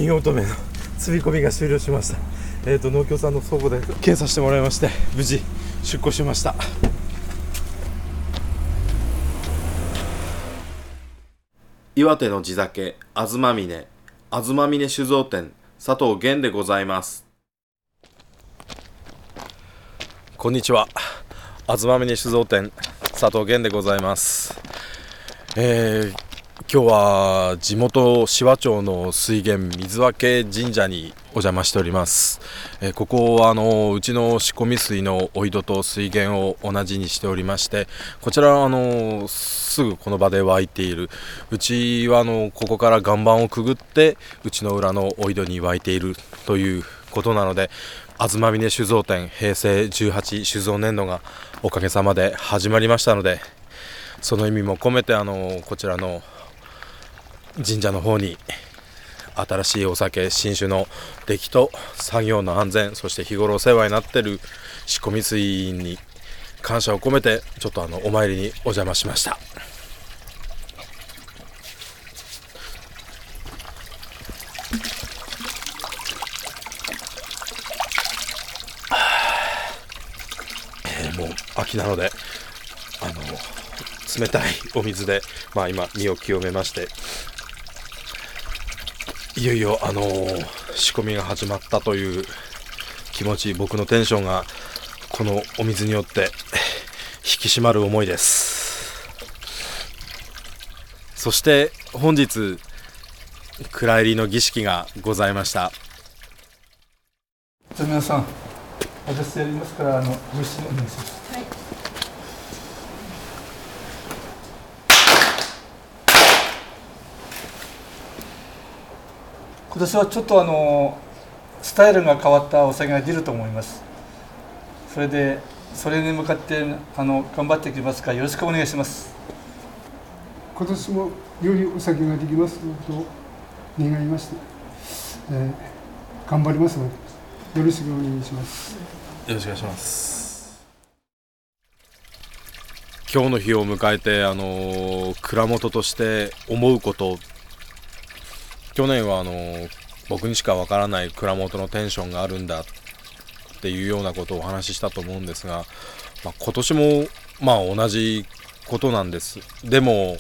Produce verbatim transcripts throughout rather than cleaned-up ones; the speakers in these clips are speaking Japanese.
銀乙女の積み込みが終了しました。えーと農協さんの倉庫で検査してもらいまして、無事出庫しました。 岩手の地酒あずまみね、あずまみね酒造店佐藤源でございます。 こんにちは、あずまみね酒造店佐藤源でございます。えー、今日は地元紫波町の水源水分神社にお邪魔しております。えー、ここはあのうちの仕込み水のお井戸と水源を同じにしておりまして、こちらはあのすぐこの場で湧いている、うちはあのここから岩盤をくぐってうちの裏のお井戸に湧いているということなので、あずまみね酒造店平成じゅうはち酒造年度がおかげさまで始まりましたので、その意味も込めてあのこちらの神社の方に新しいお酒新酒の出来と作業の安全、そして日頃お世話になっている仕込み水に感謝を込めてちょっとあのお参りにお邪魔しました。えー、もう秋なのであの冷たいお水で、まあ、今身を清めまして、いよいよあのー、仕込みが始まったという気持ち、僕のテンションがこのお水によって引き締まる思いです。そして本日蔵入りの儀式がございました。 じゃあ皆さん、私やりますから、あのご一緒にお願いします。はい。今年はちょっとあのスタイルが変わったお酒が出ると思います。それでそれに向かってあの頑張っていきますから、よろしくお願いします。 今年も良いお酒ができますことを願いまして、えー、頑張りますのでよろしくお願いします。 よろしくお願いします。今日の日を迎えてあの蔵元として思うこと、去年はあの僕にしかわからない蔵元のテンションがあるんだっていうようなことをお話ししたと思うんですが、まあ、今年もまあ同じことなんです。でも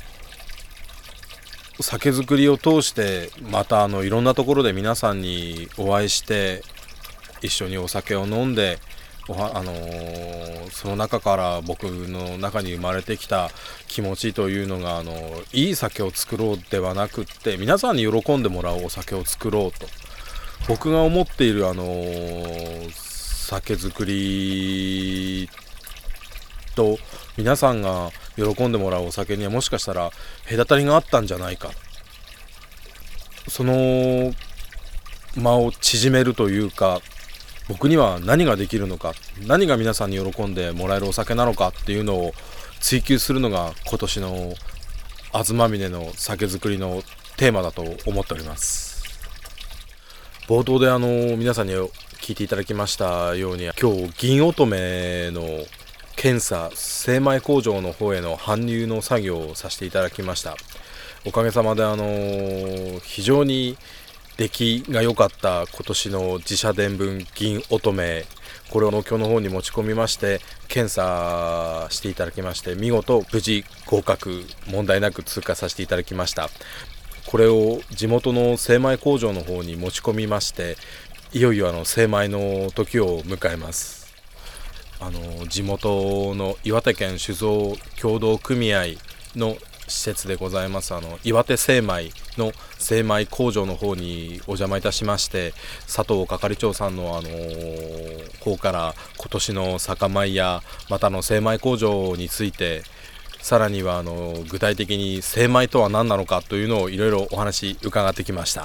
酒造りを通してまたあのいろんなところで皆さんにお会いして一緒にお酒を飲んで、おはあのー、その中から僕の中に生まれてきた気持ちというのが、あのいい酒を作ろうではなくって、皆さんに喜んでもらうお酒を作ろうと僕が思っている、あのー、酒造りと皆さんが喜んでもらうお酒にはもしかしたら隔たりがあったんじゃないか、その間を縮めるというか、僕には何ができるのか、何が皆さんに喜んでもらえるお酒なのかっていうのを追求するのが今年のあずまみねの酒造りのテーマだと思っております。冒頭であの皆さんに聞いていただきましたように、今日銀乙女の検査精米工場の方への搬入の作業をさせていただきました。おかげさまであの非常に出来が良かった今年の自社伝聞銀乙女、これを農協の方に持ち込みまして検査していただきまして、見事無事合格、問題なく通過させていただきました。これを地元の精米工場の方に持ち込みまして、いよいよあの精米の時を迎えます。あの地元の岩手県酒造協同組合の施設でございますあの岩手精米の精米工場の方にお邪魔いたしまして、佐藤係長さんの、あのー、方から今年の酒米やまたの精米工場について、さらにはあの具体的に精米とは何なのかというのをいろいろお話伺ってきました。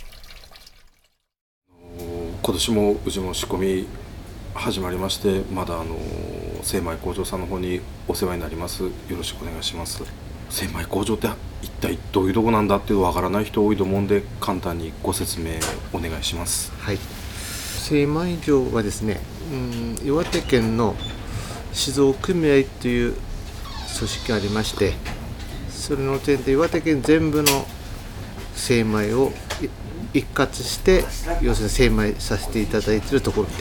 今年もうちも仕込み始まりまして、まだあの精米工場さんの方にお世話になります。よろしくお願いします。精米工場って一体どういうとこなんだっていうわからない人多いと思うんで、簡単にご説明お願いします。 はい、精米場はですね、うん、岩手県の酒造組合という組織がありまして、それの点で岩手県全部の精米を一括して要するに精米させていただいているところです。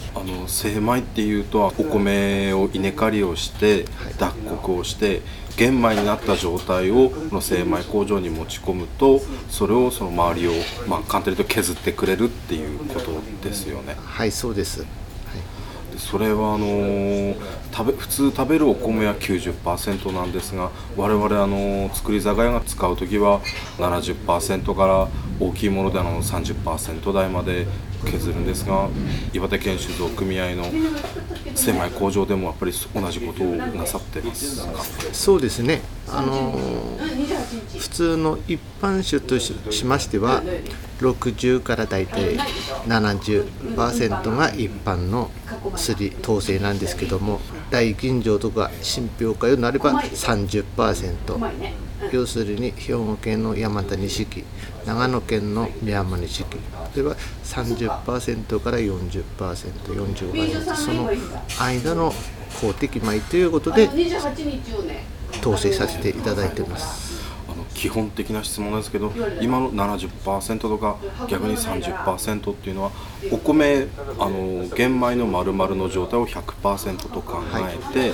あの精米っていうとお米を稲刈りをして脱穀をして玄米になった状態をこの精米工場に持ち込むとそれをその周りを、まあ、簡単に言うと削ってくれるっていうことですよね。 はい、そうです。 それはあのー、食べ普通食べるお米は きゅうじゅっパーセント なんですが我々あのー、作り酒屋が使う時は ななじゅっパーセント から大きいものであの さんじゅっパーセント 台まで削るんですが岩手県酒造組合の精米工場でもやっぱり同じことをなさってますか？ そうですね、あのー、普通の一般酒と し, しましてはろくじゅうからだいたい ななじゅっパーセント が一般のすり統制なんですけども大吟醸とか品評会になれば さんじゅっパーセント、 要するに兵庫県の山田錦長野県の宮山錦それは さんじゅっパーセント から よんじゅっパーセント、よんじゅうごパーセント その間の公的米ということで統制させていただいています。 あの基本的な質問ですけど今の ななじゅっパーセント とか逆に さんじゅっパーセント っていうのはお米あの玄米の丸々の状態を ひゃくパーセント と考えて、はいはい、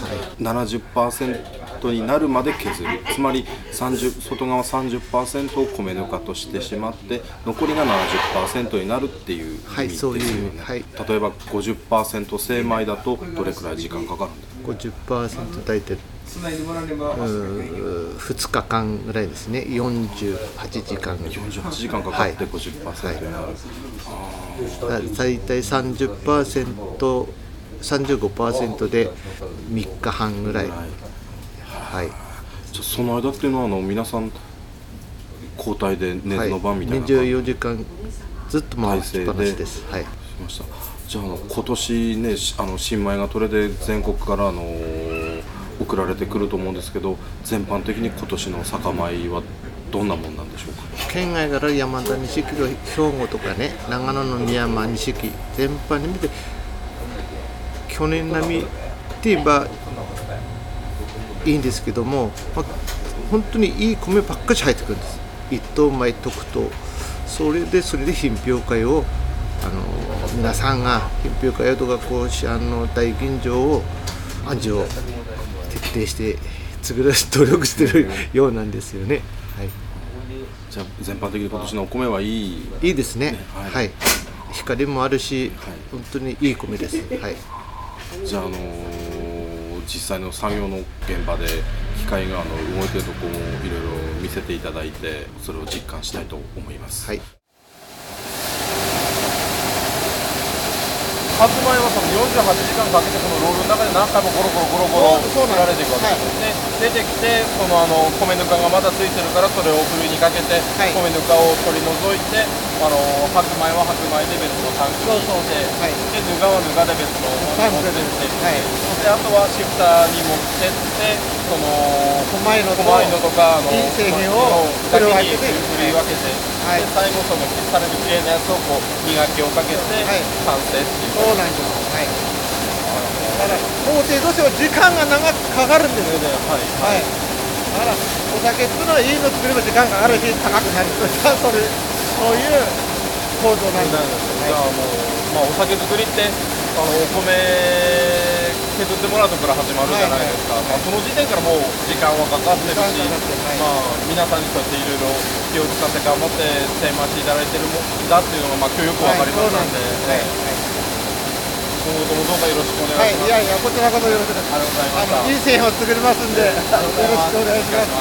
ななじゅっパーセント になるまで削るつまりさんじゅう外側 さんじゅっパーセント を米ぬかとしてしまって残りが ななじゅっパーセント になるっていう意味ですよね、はい、そういう、はい、例えば ごじゅっパーセント 精米だとどれくらい時間かかるんですか？ ごじゅっパーセント 大体ふつかかんぐらいですね。よんじゅうはちじかんよんじゅうはちじかんかかって ごじゅっパーセント になる、 はい、大体 さんじゅっパーセント さんじゅうごパーセント でみっかはんぐらい、はい、 じゃその間っていうのはあの皆さん交代で寝ずの晩みたいな、 はい、にじゅうよじかんずっと回しっぱなしです。はい、しました。じゃあ、あの今年ねあの新米が取れで全国からあの送られてくると思うんですけど全般的に今年の酒米はどんなもんなんでしょうか？ 県外から山田錦の兵庫とかね長野の宮山錦全般に見て去年並みって言えばいいんですけども、まあ、本当にいい米ばっかり入ってくるんです。一等米特等それでそれで品評会をあの皆さんが品評会とかこうあの大吟醸を味を徹底して作る努力してるようなんですよね。はい、 じゃあ全般的に今年のお米はいいいいですね。はい、はい、光もあるし、はい、本当にいい米です。はい、 じゃあ、あのー、実際の作業の現場で機械があの動いているところもいろいろ見せていただいてそれを実感したいと思います。 はい、 発売はそのよんじゅうはちじかんかけてこのロールの中で何回もゴロゴロゴロゴロ振られていくわけですね、はい、出てきてそのあの米ぬかがまだついてるからそれをふるいにかけて、はい、米ぬかを取り除いてあの白米は白米で別のタンクに入れて、はい、でぬかはぬかで別のタンクに持ってって、はい、であとはシフターに持ってってその米のとかのいい製品をだけに振り分けて、はい、で最後そのさらにきれいなやつをこう磨きをかけて完成っていう、 そうなんです。はい。だから工程としては時間が長くかかるんですよね。はい。はい。だからお酒っていうのはいいの作れば時間かかるし高くなるとかそれそういう構造なんです。 じゃあもうまあお酒作りってあのお米削ってもらうところから始まるじゃないですか。はいはい、まあその時点からもう時間はかかってるし、はい、まあ皆さんにそうやっていろいろ気を使って頑張って精米していただいてるもんだっていうのがまあ今日よくわかりましたんで。はい、今後ともどうかよろしくお願いします。 はい、いやいやこちらこそよろしくお願いします。いい製品を作りますんで、よろしくお願いします。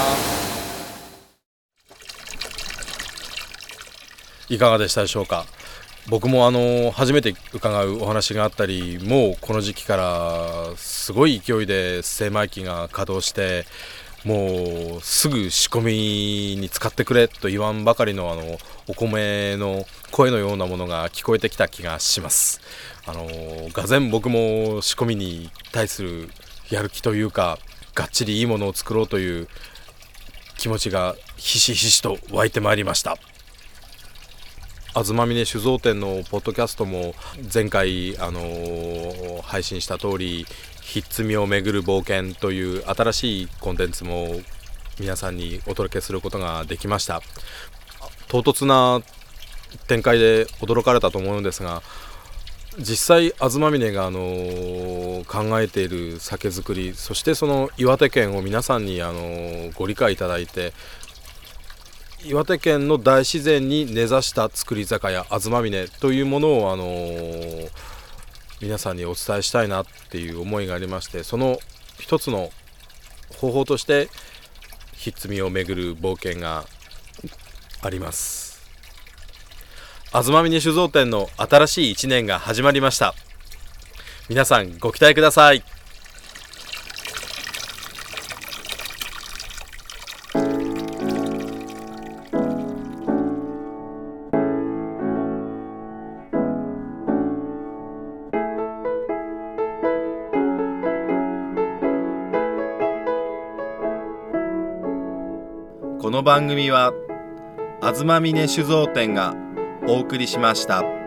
いかがでしたでしょうか。僕もあの初めて伺うお話があったり、もうこの時期からすごい勢いで精米機が稼働して、もうすぐ仕込みに使ってくれと言わんばかりのあのお米の声のようなものが聞こえてきた気がします。あのがぜん僕も仕込みに対するやる気というか、がっちりいいものを作ろうという気持ちがひしひしと湧いてまいりました。東峰酒造店のポッドキャストも前回、あのー、配信した通り、ひっつみをめぐる冒険という新しいコンテンツも皆さんにお届けすることができました。唐突な展開で驚かれたと思うんですが、実際東峰が、あのー、考えている酒造り、そしてその岩手県を皆さんに、あのー、ご理解いただいて、岩手県の大自然に根ざした造り酒屋東峰というものを、あのー、皆さんにお伝えしたいなっていう思いがありまして、その一つの方法としてひっつみをめぐる冒険があります。東峰酒造店の新しいいちねんが始まりました。皆さんご期待ください。この番組は東峰酒造店がお送りしました。